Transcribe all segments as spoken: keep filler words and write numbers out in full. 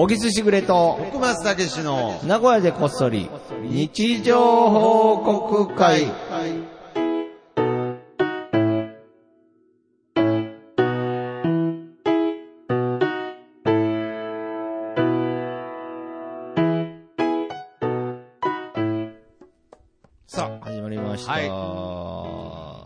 小木すしぐれと奥松たけしの名古屋でこっそり日常報告会。さあ始まりました、はい、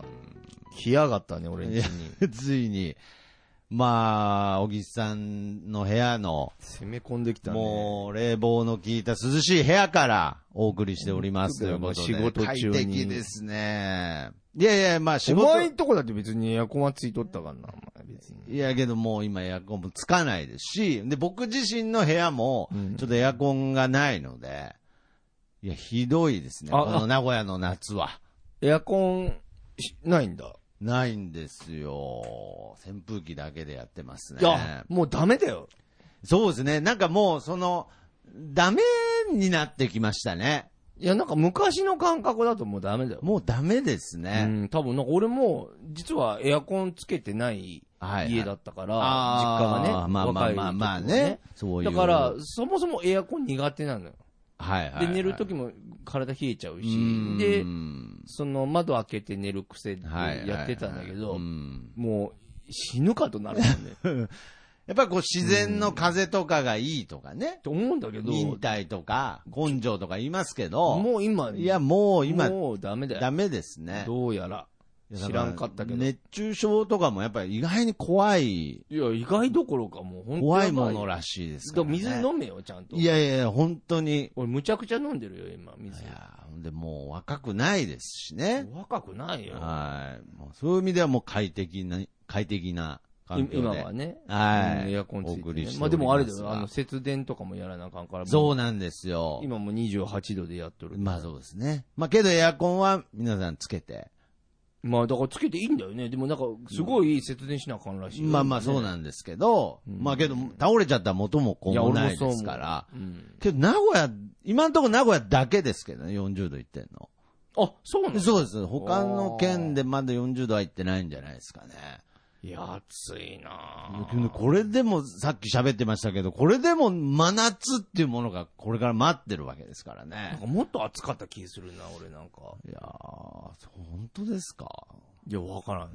来やがったね俺んちについにまあ、小木さんの部屋の攻め込んできたね。 もう冷房の効いた涼しい部屋からお送りしておりますということで、 仕事中に快適ですね。いやいや、まあ仕事。 お前んとこだって別にエアコンはついとったからな、お前別に。 いやけどもう今エアコンもつかないですし、で僕自身の部屋もちょっとエアコンがないので、いやひどいですね。この名古屋の夏は。 エアコンないんだ。 ないんですよ。扇風機だけでやってますね。 いや、もうダメだよ。 そうですね。なんかもう、その、ダメになってきましたね。 いや、なんか昔の感覚だともうダメだよ。 もうダメですね。 うん、多分なんか俺も、実はエアコンつけてない家だったから、はいはい、実家がね。 まあまあまあまあね。 そういう。だから、そもそもエアコン苦手なのよ。 はいはい、はい。 で、寝るときも体冷えちゃうし、で、その窓開けて寝る癖でやってたんだけど、はいはいはい、もう死ぬかとなるもんね。 やっぱりこう自然の風とかがいいとかね。 と思うんだけど。 忍耐とか根性とか言いますけど。 もう今。 いやもう今。 もうダメだよ。 ダメですね。 どうやら。知らんかったけど。 熱中症とかもやっぱり意外に怖い。 いや、意外どころかもう本当に怖いものらしいですからね。 水飲めよ、ちゃんと。 いやいや、本当に。 俺むちゃくちゃ飲んでるよ、今、水。 いや、でもう若くないですしね。 若くないよ。 はい。もうそういう意味ではもう快適な、快適な環境で。 今はね。 はい。 エアコンついて、ね。 お送りしております。 まあでもあれだよ、あの節電とかもやらなあかんから。 そうなんですよ。 今もにじゅうはちどでやっとる。 まあそうですね。まあけどエアコンは皆さんつけて。 まあだからつけていいんだよね。でもなんかすごい節電しなあかんらしい、ね。 まあまあそうなんですけど、うん、まあけど倒れちゃったら元も子もないですから。うん、けど名古屋、今のところ名古屋だけですけどね、よんじゅうどいってんの。 あ、そうなの？ そうです。他の県でまだよんじゅうどはいってないんじゃないですかね。 いや、暑いなぁ。 これでも、さっき喋ってましたけど、これでも真夏っていうものがこれから待ってるわけですからね。 なんかもっと暑かった気するな、俺なんか。 いやー、本当ですか？ いや、わからん。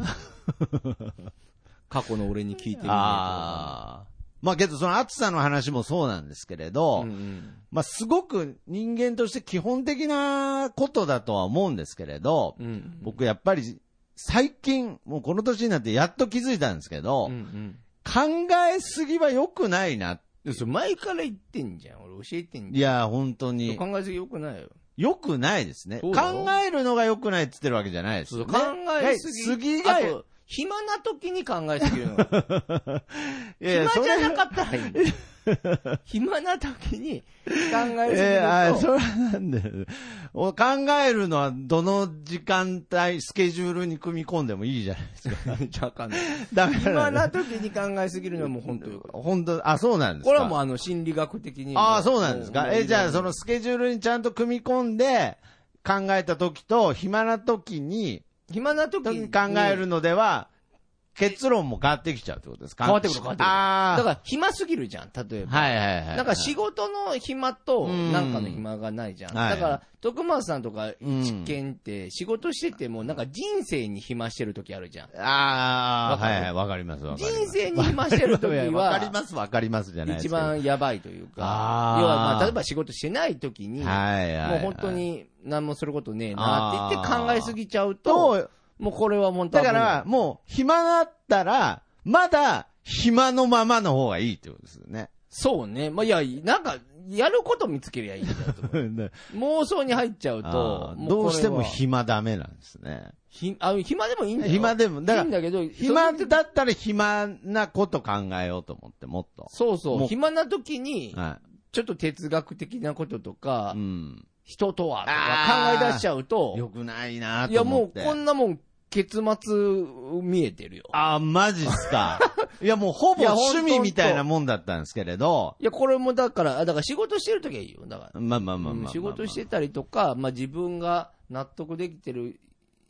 過去の俺に聞いてみないと。 あまあけどその暑さの話もそうなんですけれど、うんうん、まあすごく人間として基本的なことだとは思うんですけれど、うんうん、僕やっぱり最近、もうこの年になってやっと気づいたんですけど、うんうん、考えすぎは良くないな。 それ前から言ってんじゃん。俺教えてんじゃん。 いや、本当に。 考えすぎ良くないよ。 良くないですね。考えるのが良くないって言ってるわけじゃないですよね。 そう考えすぎ。 すぎが、 あと、暇な時に考えすぎるの。いやいや暇じゃなかったらいいんだよ。暇な時に考えすぎると。 えー、あそれなんだよ。考えるのはどの時間帯、スケジュールに組み込んでもいいじゃないですか。 じゃあかんない。 だから、ね、 暇な時に考えすぎるのはもう本当よ。 本当、あ、そうなんですか。 これはもうあの心理学的に。 ああ、そうなんですか。え、じゃあそのスケジュールにちゃんと組み込んで考えた時と、暇な時に、 暇な時に考えるのでは、結論も変わってきちゃうってことですか？ 変わってくる変わってくる。 ああ。 だから暇すぎるじゃん、例えば。 はいはいはい、はい。 なんか仕事の暇となんかの暇がないじゃん。だから、徳松さんとか一見って仕事しててもなんか人生に暇してる時あるじゃん。 ああ、はいはい、わかりますわかります。 人生に暇してる時は。 わかりますわかりますじゃないですか。 一番やばいというか。要はまあ、例えば仕事してない時に、はいはいはい、もう本当に何もすることねえなって言って考えすぎちゃうと、もうこれは本当だから、もう、暇だったら、まだ、暇のままの方がいいってことですよね。 そうね。まあ、いや、なんか、やること見つけりゃいいんだと思う。妄想に入っちゃうと、 もうどうしても暇ダメなんですね。 ひあ暇でもいいんだよ。 暇でも、だから、 いいんだけど、 暇だったら暇なこと考えようと思って、もっと。 そうそう。暇な時に、はい、ちょっと哲学的なこととか、うん、人とはとか考え出しちゃうと、 よくないなと思って。 いや、もうこんなもん、結末見えてるよ。 ああ、マジっすか。いや、もうほぼ趣味みたいなもんだったんですけれど。 いや、これもだから、だから仕事してるときはいいよ。だから。 まあまあまあまあ、まあ。 仕事してたりとか、まあ自分が納得できてる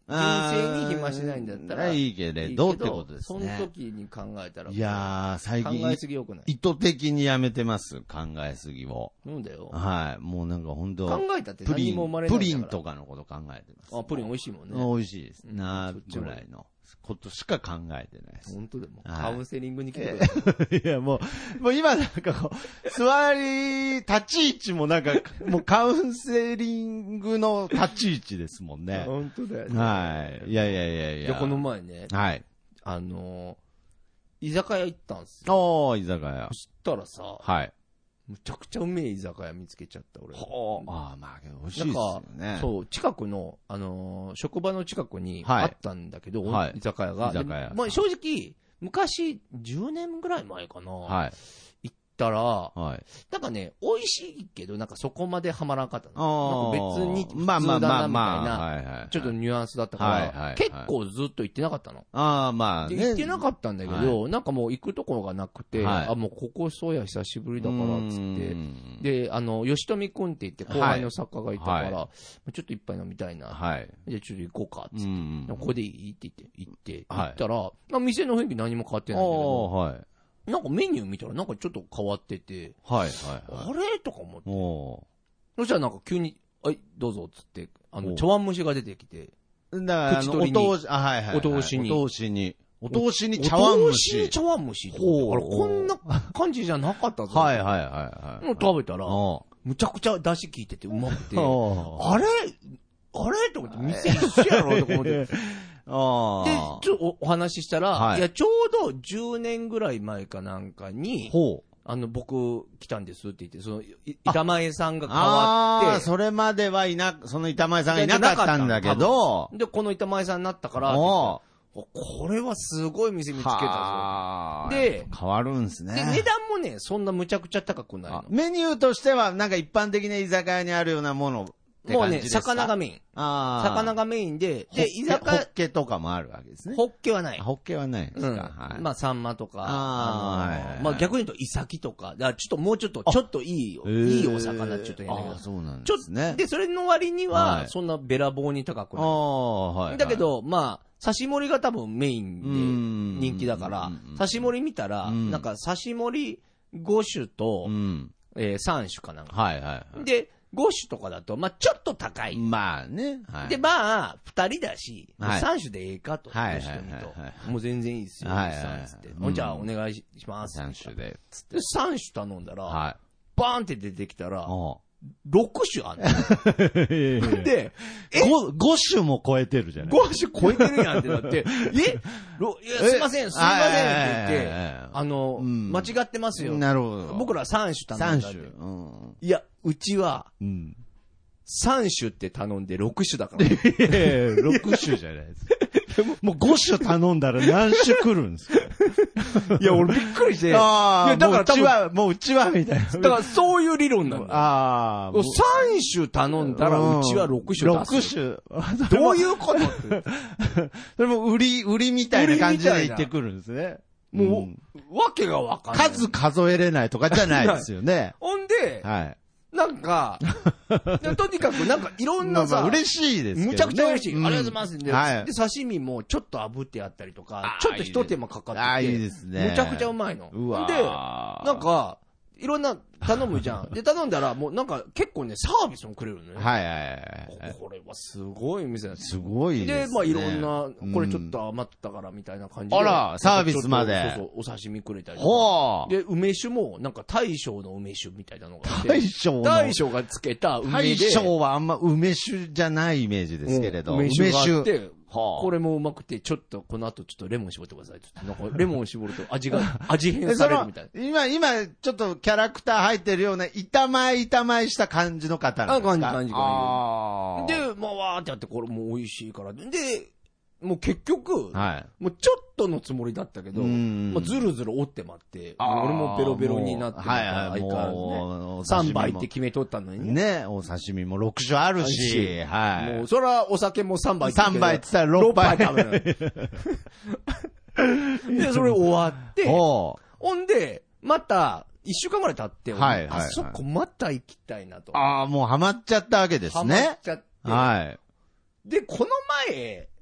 人生に暇しないんだったら。 いいけれどってことですね。 その時に考えたら。 いやー、最近。 考えすぎよくない？ 意図的にやめてます、考えすぎを。 なんだよ。 はい。もうなんか本当考えたって何も生まれないプリン、プリンとかのこと考えてます、 ね。あ、プリン美味しいもんね。 美味しいです。うん、なーぐらいのことしか考えてないです。 本当でも、はい、カウンセリングに来てくれ。いや、もう、もう今なんかこう、座り、立ち位置もなんか、もうカウンセリングの立ち位置ですもんね。 本当だよね。 はい。いやいやいやいや。 で、この前ね。 はい。 あのー、居酒屋行ったんですよ。おー、居酒屋。 そしたらさ、 はい。 むちゃくちゃうめえ居酒屋見つけちゃった、俺。 ほー。ああ、まあ、美味しいですよね。 そう、近くの、あのー、職場の近くにあったんだけど、はい、居酒屋が。 居酒屋。 まあ、正直、昔、じゅうねんぐらい前かな。 はい。 行ったら、 はい。 なんかね、美味しいけど、なんかそこまでハマらなかったの。なんか別に普通だな、みたいな、ちょっとニュアンスだったから、はいはいはい、結構ずっと行ってなかったの。 ああ、まあ、 ね。行ってなかったんだけど、はい、なんかもう行くところがなくて、はい、あ、もうここそうや久しぶりだから、つって。で、あの、吉富くんって言って後輩の作家がいたから、はい、ちょっと一杯飲みたいな。はい。で、ちょっと行こうか、つって。ここでいいって言って、行って、行ったら、まあ、店の雰囲気何も変わってないんだけど、はい。なんかメニュー見たらなんかちょっと変わってて、 はいはいはい。 あれとか思って。そしたらなんか急に、はい、どうぞっつって、あの、茶碗蒸しが出てきて。 だから、口取りに。お通し、あ、はいはい。 お通しに。 お通しに。お通しに茶碗蒸し。お通しに茶碗蒸し。あれ、こんな感じじゃなかったぞ。 はいはいはいはい。 もう食べたら、むちゃくちゃ出汁効いててうまくて、あれあれと思って、店一緒やろとか思って。 あで、ちょっとお話ししたら、はい、いや、ちょうどじゅうねんぐらい前かなんかに、 ほう。 あの、僕、来たんですって言って、その、板前さんが変わって。 ああ、それまではいな、その板前さんがいなかったんだけど。 で、この板前さんになったから、これはすごい店見つけたぞ。で、 変わるんすね。 で、値段もね、そんなむちゃくちゃ高くないの。 メニューとしては、なんか一般的な居酒屋にあるようなもの。 もうね、魚がメイン。 ああ。 魚がメインで、で、居酒屋。ホッケとかもあるわけですね。 ホッケはない。 ホッケはないですか。うん、はい。 まあ、サンマとか。 ああ、はいはい、 まあ、逆に言うと、イサキとか。だからちょっともうちょっと、ちょっといい、いいお魚ちょっとやるけど。 ああ、そうなんですね。 で、それの割には、そんなべらぼうに高くない。ああ、はい。 だけど、まあ、刺し盛りが多分メインで人気だから、刺し盛り見たら、なんか刺し盛りご種と、えー、さん種かなんか。 はいはい。 で、ご種とかだと、まあちょっと高い。 まあね。 はい、で、まあ、二人だし、はい、さん種でええかと。 はいはいはいはい。 もう全然いいですよ。はいはいはい。つって。うん、じゃあお願いします。 さん種で。 つって。さん種頼んだら、はい、バーンって出てきたら、ろく種あんの。で、 え 5, 5種も超えてるじゃないご種超えてるやんってなって、えろいやすいません、すいませんって言って、あの、うん、間違ってますよ。 なるほど。 僕らさん種頼んだって。さん種。うん、いや、うちは、うん、さん種って頼んでろく種だから。 ろく種じゃないですか。もうご種頼んだら何種来るんですかいや、俺びっくりして。 ああ、だからうちは、もううちは、みたいな。 だからそういう理論なんだ。 ああ。 さん種頼んだらうちはろく種出す。 ろく種。 どういうことって。 それも売り、売りみたいな感じで言ってくるんですね。 もう、わけがわかんない。 数数えれないとかじゃないですよね。 ほんで、 はい。 なんか、とにかくなんかいろんなさ、 嬉しいですけどね。 むちゃくちゃ嬉しい。ありがとうございます。で、はい、で刺身もちょっと炙ってあったりとか、ちょっと一手間かかってて、 あ、いいですね。 むちゃくちゃうまいの。 うわで、なんか、いろんな頼むじゃん。で、頼んだら、もうなんか結構ね、サービスもくれるのね。 はいはいはい。 これはすごい店だすごいですね。 で、まあいろんな、これちょっと余ったからみたいな感じで。 あら、サービスまで。 そうそう、お刺身くれたりとか。で、梅酒も、なんか大将の梅酒みたいなのがあって。 大将の大将がつけた梅で。 大将はあんま梅酒じゃないイメージですけれど。 梅酒があって、これもうまくて、ちょっと、この後ちょっとレモン絞ってくださいって。なんか、レモン絞ると味が、味変されるみたいな。 今、今、ちょっとキャラクター入ってるような、板前板前した感じの方なんですか？ あ、感じ感じ感じ。で、まあ、わーってやって、これもう美味しいから。で、もう結局、はい、もうちょっとのつもりだったけど、まあ、ずるずる折ってまって、俺もベロベロになって、はいはい、相変わらずね。さんばいって決めとったのにね。ね、お刺身もろく種あるし、はい。 もう、そらお酒もさんばいさんばいって言ったらろっぱい食べる。 で、それ終わって、ほんで、また、一週間ぐらい経って、はいはいはい、あそこまた行きたいなと。 ああ、もうハマっちゃったわけですね。 ハマっちゃって。 はい。 で、この前、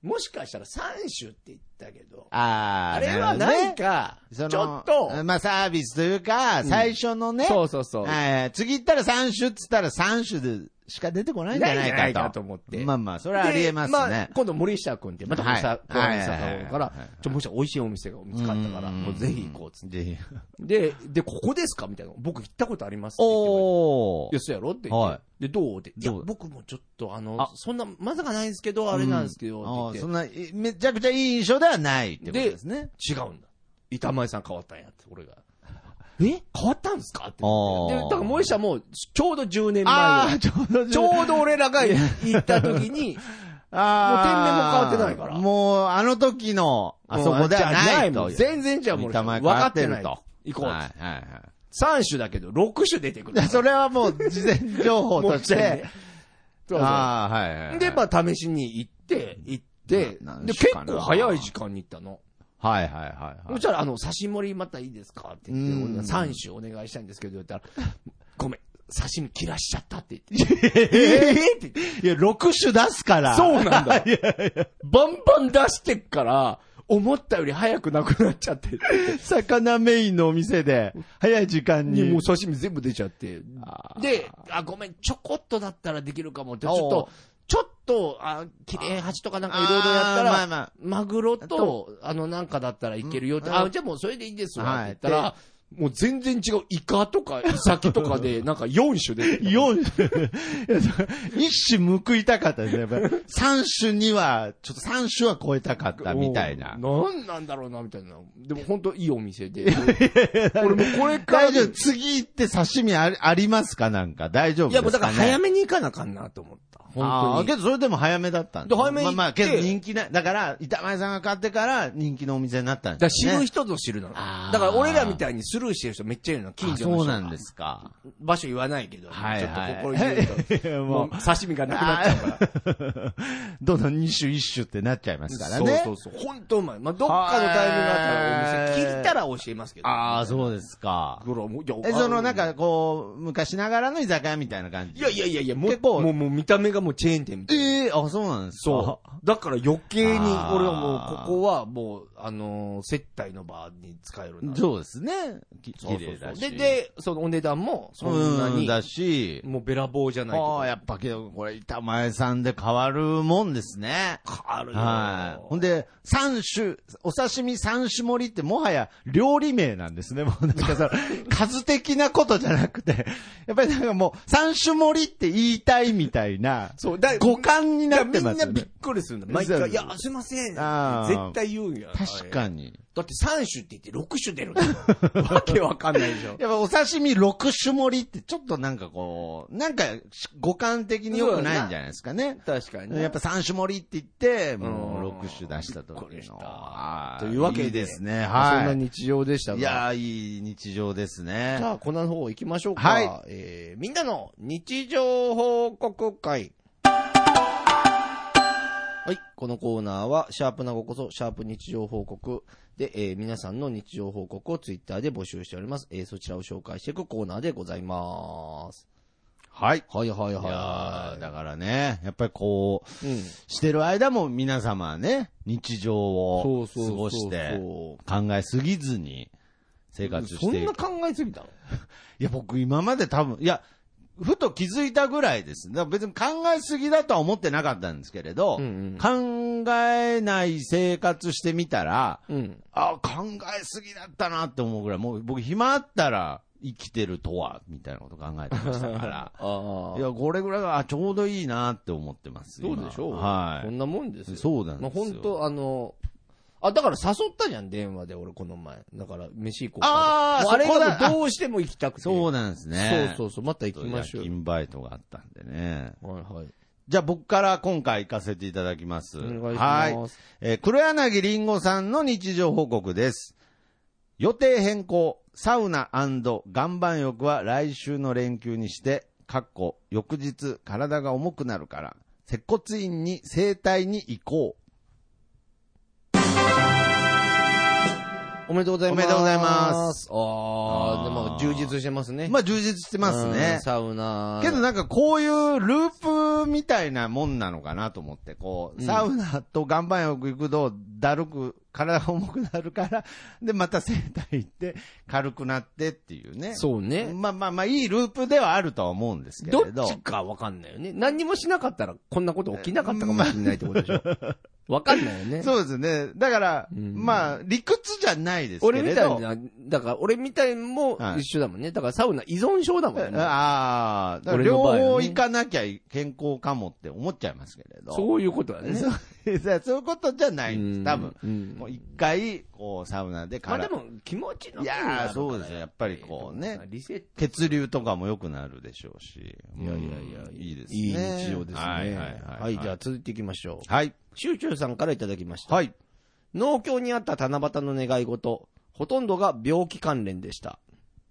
もしかしたらさん種って言ったけど、 ああれはなんか、ちょっと、 まあサービスというか、最初のね、 そうそうそう。 次行ったらさん種っつったらさん種でしか出てこないんじゃないかと。 ないかと思って。 まあまあ、それはありえますね。まあ、 今度森下君って、またこのさ、この坂から、ちょ、もし美味しいお店が見つかったから、もうぜひ行こうっつって。で、で、ここですかみたいな。僕行ったことありますって言って。おー。いや、そうやろって言って。で、どうって。いや、僕もちょっと、あの、そんな、まさかないんですけど、あれなんですけど、って言って。そんな、めちゃくちゃいい印象ではないってことですね。 違うんだ。板前さん変わったんやって、俺が。え変わったんですかって言って。で、だから森下も、ちょうどじゅうねんまえ。ちょうど、ちょうど俺らが行った時に、あもう店名も変わってないから。 もう、あの時の、あそこではないと。 全然じゃもう、分かってないと。行こう。はいはいはい。さん種だけど、ろく種出てくる。 それはもう、事前情報として。 そうそう。ああ、はいはい。で、まあ、試しに行って、行って、で、結構早い時間に行ったの。 はいはいはい。 そしたら、あの、刺し盛りまたいいですかって言って、さん種お願いしたいんですけど、言ったら、ごめん、刺身切らしちゃったって言って。えぇって言って。 いや、ろく種出すから。 そうなんだ。いやいやバンバン出してっから、思ったより早くなくなっちゃって。 魚メインのお店で、早い時間に。 もう刺身全部出ちゃって。で、あ、ごめん、ちょこっとだったらできるかもって、ちょっと、ちょっと、あ、切れ端とかなんかいろいろやったら、まあまあ、マグロと、あのなんかだったらいけるよって、あ、じゃあもうそれでいいですわって言ったら、もう全然違う、イカとか、イサキとかで、なんかよん種で。 よん種一種報いたかったですね。やっぱりさん種には、ちょっとさん種は超えたかったみたいな。 なんなんだろうな、みたいな。でも本当いいお店で。俺もこれから。 大丈夫。次行って刺身あり、ありますかなんか大丈夫ですか、ね、いやもうだから早めに行かなあかんなと思った。本当に。 ああ、けどそれでも早めだったんで。 早めに行って。 まあまあ、けど人気な、だから、板前さんが買ってから人気のお店になったんですね。 だから知る人ぞ知るなの。だから俺らみたいにスルーしてる人めっちゃいるの。近所の人。 そうなんですか。 場所言わないけど、ね。はい、はい。ちょっと心入れると。もう刺身がなくなっちゃうから。 どんどんに種一種ってなっちゃいますからね。 そうそうそう。本当うまい。まあ、どっかのタイミングがあったらお店聞いたら教えますけど、ね。 ああ、そうですか。 え、 そのなんかこう、昔ながらの居酒屋みたいな感じ。 いやいやいやいや、もう、もう、もう見た目がもうチェーン店みたいな。 ええー、あ、そうなんですか。 そう。だから余計に、俺はもう、ここはもう、あのー、接待の場に使えるな。 そうですね。き綺麗だし。 で、で、そのお値段も、そんなに。 だし、 もうべらぼうじゃない。 ああ、やっぱけど、これ、板前さんで変わるもんですね。 変わるよ。 はい。ほんで、三種、お刺身三種盛りってもはや料理名なんですね。もうなんかその、数的なことじゃなくて、やっぱりなんかもう、三種盛りって言いたいみたいな、そう、だ五感になってますよね。 みんなびっくりするんだ。毎回、いや、すいません。絶対言うんや。 確かに。 だってさん種って言ってろく種出るんだよ。わけわかんないでしょ。 やっぱお刺身ろく種盛りってちょっとなんかこう、なんか五感的に良くないんじゃないですかね。 確かに、ね。 やっぱさん種盛りって言って、もうろく種出した時の。 というわけでいいですね。はい。 そんな日常でしたが。 いやー、いい日常ですね。 じゃあ、この方行きましょうか。はい。えー、みんなの日常報告会。はい。このコーナーは、シャープなごこそ、シャープ日常報告で、えー、皆さんの日常報告をツイッターで募集しております。えー、そちらを紹介していくコーナーでございます。 はい。 はいはいはい。いやだからね、やっぱりこう、うん、してる間も皆様はね、日常を過ごして、考えすぎずに生活している。 そんな考えすぎたの？ いや、僕今まで多分、いや、ふと気づいたぐらいです。だから別に考えすぎだとは思ってなかったんですけれど、うんうん、考えない生活してみたら、うん、あ、考えすぎだったなって思うぐらい、もう僕暇あったら生きてるとは、みたいなこと考えてましたから、あいや、これぐらいがちょうどいいなって思ってます。 そうでしょう。 はい。 こんなもんですよ。 そうなんですよ。 まあ、本当あの、あ、だから誘ったじゃん、電話で、俺この前。だから、飯行こうか。 ああ、 あれがどうしても行きたくて。 そうなんですね。 そうそうそう、また行きましょう。 インバイトがあったんでね。 はいはい。 じゃあ僕から今回行かせていただきます。 お願いします。 はい。えー、黒柳りんごさんの日常報告です。予定変更、サウナ&岩盤浴は来週の連休にして、かっこ翌日体が重くなるから、接骨院に整体に行こう。 おめでとうございます。 おめでとうございます。 ああ、でも充実してますね。 まあ充実してますね。 サウナ。 けどなんかこういうループプみたいなもんなのかなと思って、こう、サウナと岩盤浴行くと、だるく、体が重くなるから、で、また整体行って、軽くなってっていうね。 そうね。 まあまあまあ、いいループではあるとは思うんですけれど。 どっちかわかんないよね。何にもしなかったら、こんなこと起きなかったかもしれないってことでしょ。わかんないよね。 そうですね。だから、うん、まあ、理屈じゃないですけれど。 俺みたいな、だから俺みたいも一緒だもんね。はい、だからサウナ依存症だもんね。 ああ、だから両方行かなきゃ健康かもって思っちゃいますけれど。 そういうことだね。 そうそういうことじゃないんです、多分。うん、もう一回、こう、サウナで体。まあでも気持ちのいやー、そうですよ。やっぱりこうね、血流とかも良くなるでしょうし。 いやいやいや、いいですね。いい日常ですね。はいはいはい、はい。はい、じゃあ続いていきましょう。 はい。 シュウチュウさんからいただきました。 はい。 農協にあった七夕の願い事、ほとんどが病気関連でした。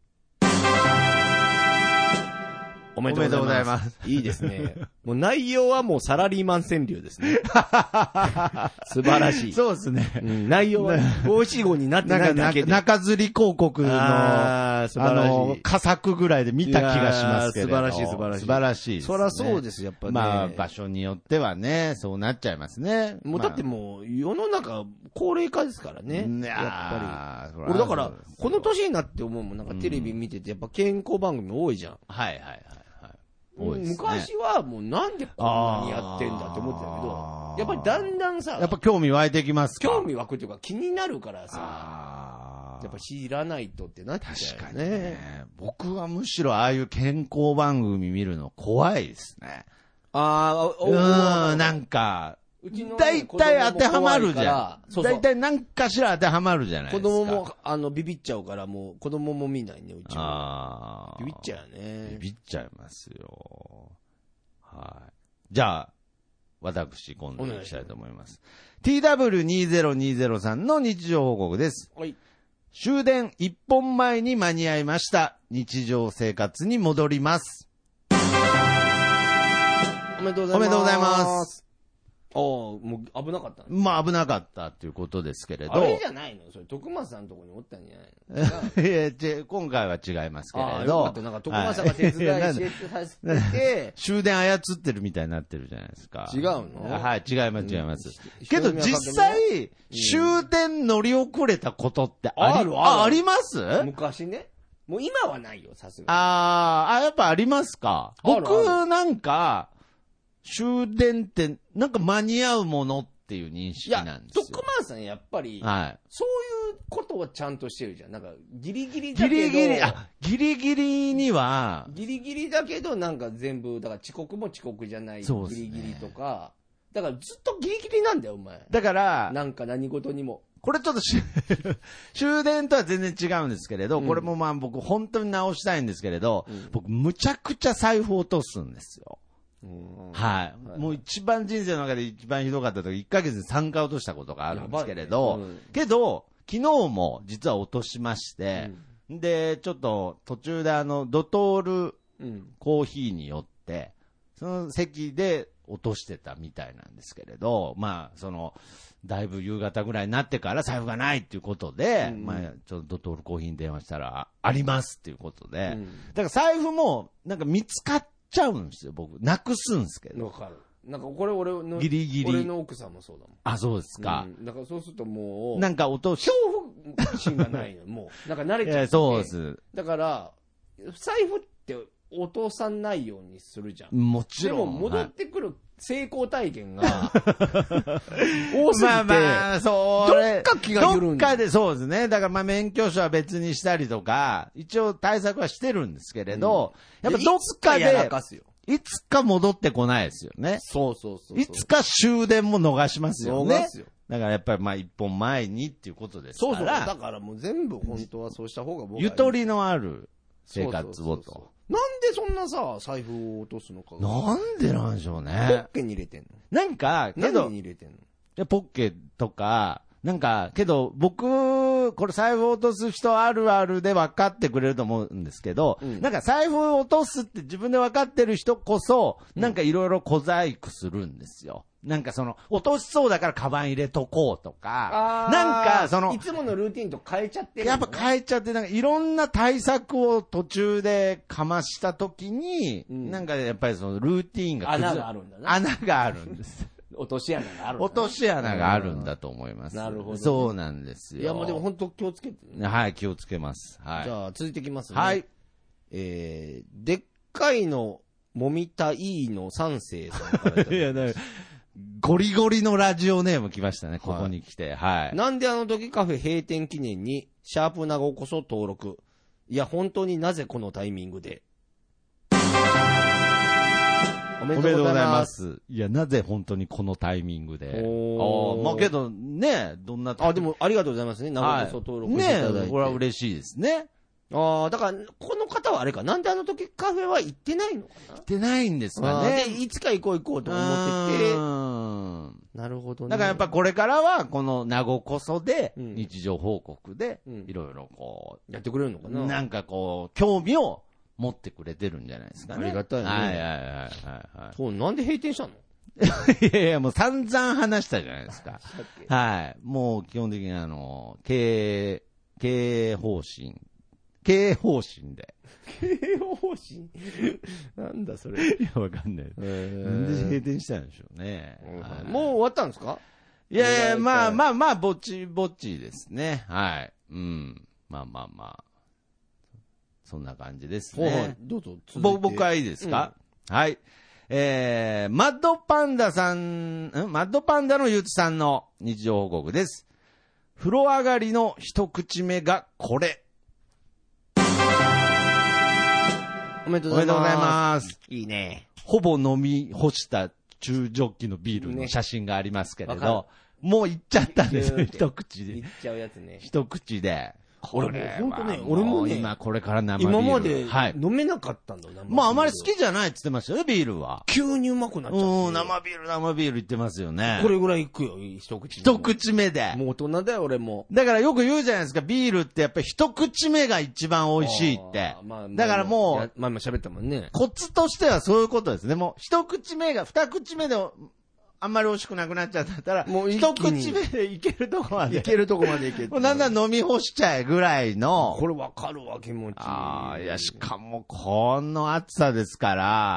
おめでとうございます。いいですね。もう内容はもうサラリーマン川柳ですね。素晴らしい。 そうですね。 うん、内容は五七五になってないだけで。 中吊り広告の、あ, あの、佳作ぐらいで見た気がしますけど。 素晴らしい素晴らしい。 素晴らしいです、ね。 そりゃそうです、やっぱね。 まあ、場所によってはね、そうなっちゃいますね。 もうだってもう、世の中、高齢化ですからね。やっぱり。俺だから、この年になって思うもん、なんかテレビ見てて、やっぱ健康番組多いじゃん。 はいはいはい。 ね、昔はもうなんでこんなにやってんだって思ってたけど、やっぱりだんだんさ、 やっぱ興味湧いてきますか？ 興味湧くっていうか気になるからさ、やっぱ知らないとってなっちゃうよね。確かにね。 僕はむしろああいう健康番組見るの怖いですね。 ああ、 うん、なんか、大体当てはまるじゃん。大体何かしら当てはまるじゃないですか。 子供も、あの、ビビっちゃうから、もう、子供も見ないね、うちは。ビビっちゃうよね。 ビビっちゃいますよ。はい。じゃあ、私、今度にしたいと思います。ティーダブリューにせんにじゅうさん の日常報告です。 はい。 終電いっぽんまえに間に合いました。日常生活に戻ります。 おめでとうございます。 おめでとうございます。 ああ、もう危なかったね。 まあ危なかったっていうことですけれど。 あれじゃないのそれ、徳松さんのところにおったんじゃないのいや、今回は違いますけれど。ああ、 よかった。なんか徳松さんが手伝いしてさせて、 終電操ってるみたいになってるじゃないですか。 違うの？ はい、違います、違います。うん、けど実際、終電乗り遅れたことってあり、うん、あ、あります昔ね。もう今はないよ、さすがに。 ああ、やっぱありますか。僕なんか、終電ってなんか間に合うものっていう認識なんですよ。 いや、徳間さんやっぱり、 はい、 そういうことはちゃんとしてるじゃん。なんかギリギリだけど。 ギリギリ、あ、ギリギリには。 ギリギリだけどなんか全部、だから遅刻も遅刻じゃない。そうですね。ギリギリとか。だからずっとギリギリなんだよ、お前。 だから、 なんか何事にも。 これちょっと終電とは全然違うんですけれど、うん、これもまあ僕本当に直したいんですけれど、うん、僕むちゃくちゃ財布落とすんですよ。はい、はい。もう一番人生の中で一番ひどかった時、いっかげつでさんかい落としたことがあるんですけれど、ねうん、けど、昨日も実は落としまして、うん、で、ちょっと途中であの、ドトールコーヒーによって、その席で落としてたみたいなんですけれど、まあ、その、だいぶ夕方ぐらいになってから財布がないっていうことで、うん、まあ、ちょっとドトールコーヒーに電話したら、ありますっていうことで、うん、だから財布も、なんか見つかって、ちゃうんですよ、僕。なくすんですけど。 わかる。なんかこれ俺の、 ギリギリ。 俺の奥さんもそうだもん。 あ、そうですか。 うん、だからそうするともう、 なんか音、 恐怖心がないの、もう。なんか慣れちゃう、ね。いや、 そうです。 だから、財布って落とさないようにするじゃん。 もちろん。 でも戻ってくる成功体験が、多すぎて、まあまあ、そう。どっか気が緩んで。どっかで、そうですね。だからまあ免許証は別にしたりとか、一応対策はしてるんですけれど、うん、やっぱどっかで、いつか戻ってこないですよね。 そうそうそうそう。 いつか終電も逃しますよね。逃すよ。だからやっぱりまあ一本前にっていうことですから。 そうそう。だからもう全部本当はそうした方が僕は。 ゆとりのある生活をと。そうそうそうそう。 なんでそんなさ、財布を落とすのか。 なんでなんでしょうね。 ポッケに入れてんの？ なんか、けど、 何に入れてんの？ ポッケとか、なんか、けど僕布、これ財布落とす人あるあるで分かってくれると思うんですけど、うん、なんか財布落とすって自分で分かってる人こそ、なんかいろいろ小細工するんですよ。なんかその、落としそうだからカバン入れとこうとか、なんかその、 いつものルーティンと変えちゃってる、 ね。やっぱ変えちゃって、なんかいろんな対策を途中でかましたときに、うん、なんかやっぱりそのルーティンが穴があるんだね。 穴があるんです。 落とし穴があるんだ、ね。 落とし穴があるんだと思います。 なるほど、ね。 そうなんですよ。 いやもうでも本当気をつけて、ね。 はい、気をつけます。はい。 じゃあ続いていきますね。 はい。 えー、でっかいのもみたいの三世さんからいただきました。いやだゴリゴリのラジオネーム来ましたね、ここに来て。はい。 なんであの時カフェ閉店記念に、シャープなごこそ登録。いや、本当になぜこのタイミングで。おめでとうございます。 いや、なぜ本当にこのタイミングで。おあまあけど、ね、どんな。 あ、でもありがとうございますね、なごこそ登録していただいて。 ね、これは嬉しいですね。 ああ、だから、この方はあれか、なんであの時カフェは行ってないのかな。 行ってないんですかね。 で、いつか行こう行こうと思ってて。なるほどね。 だからやっぱこれからは、この名護こそで、日常報告で、いろいろこう、 やってくれるのかな。 なんかこう、興味を持ってくれてるんじゃないですかね。 ありがたいね。 はいはいはいはい。 そう、なんで閉店したのいやいや、もう散々話したじゃないですか。はい。もう基本的にあの、経営、経営方針。経営方針で。 経営方針なんだそれ。 いや、わかんない。なんで閉店したんでしょうね。 もう終わったんですか？ いやいや、まあまあまあ、ぼちぼちですね。はい。うん。まあまあまあ。そんな感じですね。 どうぞ。 僕はいいですか？はい。えー、マッドパンダさん、んマッドパンダのゆうつさんの日常報告です。風呂上がりの一口目がこれ。 おめでとうございます。 いいね。 ほぼ飲み干した中ジョッキのビールの写真がありますけれど、ね、もういっちゃったんですよ、一口で。 いっちゃうやつね。 一口で。 俺も、ほんとね、俺もね、 今これから生ビール。 今まで飲めなかったんだ、 はい、まああまり好きじゃないって言ってましたよ、ビールは。 急にうまくなっちゃって。 うん、生ビール、生ビール言ってますよね。 これぐらいいくよ、一口目。 一口目で。 もう大人だよ、俺も。 だからよく言うじゃないですか、ビールってやっぱり一口目が一番美味しいって。まあ、だからもう、 まあまあ喋ったもんね。 コツとしてはそういうことですね。もう一口目が、二口目で、あんまり美味しくなくなっちゃったら、もう一口目でいけるとこまで。 いけるとこまでいける。 もうだんだん飲み干しちゃえぐらいの。 これわかるわ、気持ちいい。 ああ、いや、しかもこの暑さですから。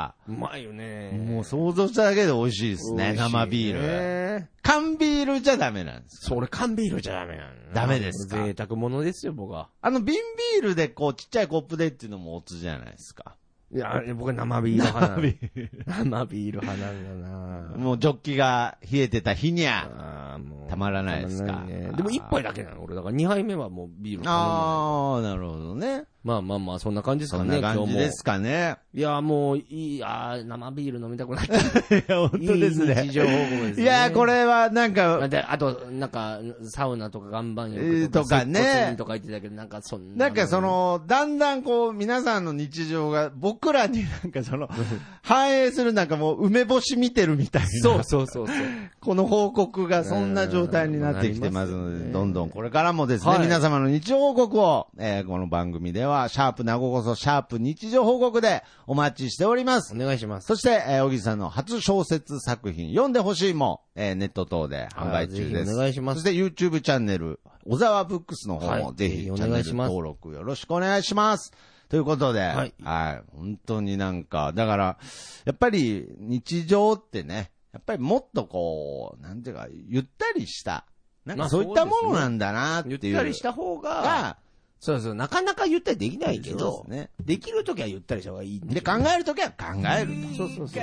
うまいよね。 もう想像しただけで美味しいですね、生ビール。缶ビールじゃダメなんです。 それ缶ビールじゃダメなんダメですか。 贅沢者ですよ、僕は。 あの、瓶ビールでこう、ちっちゃいコップでっていうのもオツじゃないですか。 いや、僕は生ビール派なんだ。生ビール派なんだな。 もうジョッキが冷えてた日にゃ、たまらないですか。 ね、でも一杯だけなの、俺。だから二杯目はもうビール頼む。 ああ、なるほどね。 まあまあまあ、そんな感じですかね、 そんな感じですかね。 いや、もう、いい、あ生ビール飲みたくなっちゃう。いや、本当ですね。 いい日常報告ですね。 いや、これはなんか。 あと、なんか、サウナとか岩盤浴とかね。 とか言ってたけど、なんかそんな。 なんかその、だんだんこう、皆さんの日常が、僕らになんかその、反映するなんかもう、梅干し見てるみたいな。 そうそうそうそう。 この報告がそんな状態になってきてますので、どんどんこれからもですね、皆様の日常報告を、えこの番組では、シャープなごこそ、シャープ日常報告でお待ちしております。 お願いします。 そして、えー、小木さんの初小説作品、読んでほしいも、えー、ネット等で販売中です。 お願いします。 そして YouTube チャンネル、小沢ブックスの方も、ぜひ、チャンネル登録よろしくお願いします。ということで、はい、はい。本当になんか、だから、やっぱり日常ってね、やっぱりもっとこう、なんていうか、ゆったりした、なんかそういったものなんだなっていう。 ゆったりした方が、そうそう、なかなかゆったりできないけど、ね、できるときはゆったりした方がいい。 で、考えるときは考えると。 そうそうそう。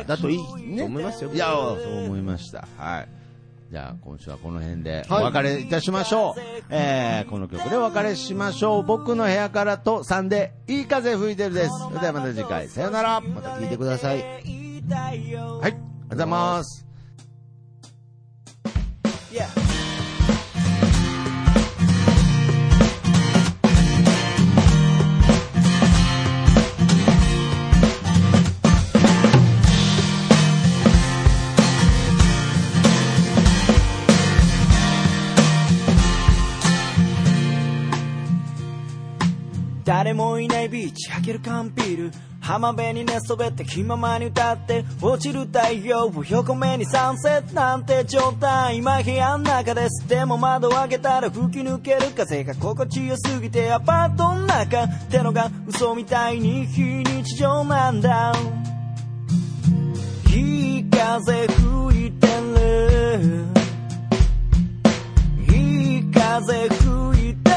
だといい、ね、と思いますよ。 いや、そう思いました。はい。じゃあ、今週はこの辺でお別れいたしましょう。はい、えー、この曲でお別れしましょう。僕の部屋からとさんで、いい風吹いてるです。それではまた次回、さよなら。 また聞いてください。はい、 ありがとうございます。Yeah. 誰もいないビーチ開ける缶ビール浜辺に寝そべって気ままに歌って落ちる太陽を横目にサンセットなんて状態今部屋の中ですでも窓を開けたら吹き抜ける風が心地よすぎてアパートの中ってのが嘘みたいに非日常なんだいい風吹いてるいい風吹いてる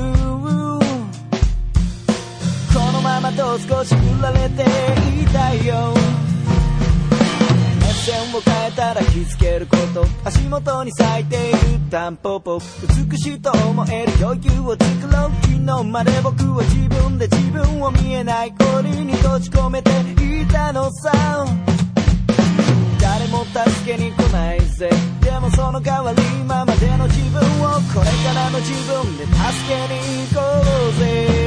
このままと少し振られていたいよ目線を変えたら気づけること足元に咲いているタンポポ美しいと思える余裕を作ろう昨日まで僕は自分で自分を見えない氷に閉じ込めていたのさ誰も助けに来ないぜでもその代わり今までの自分をこれからの自分で助けに行こうぜ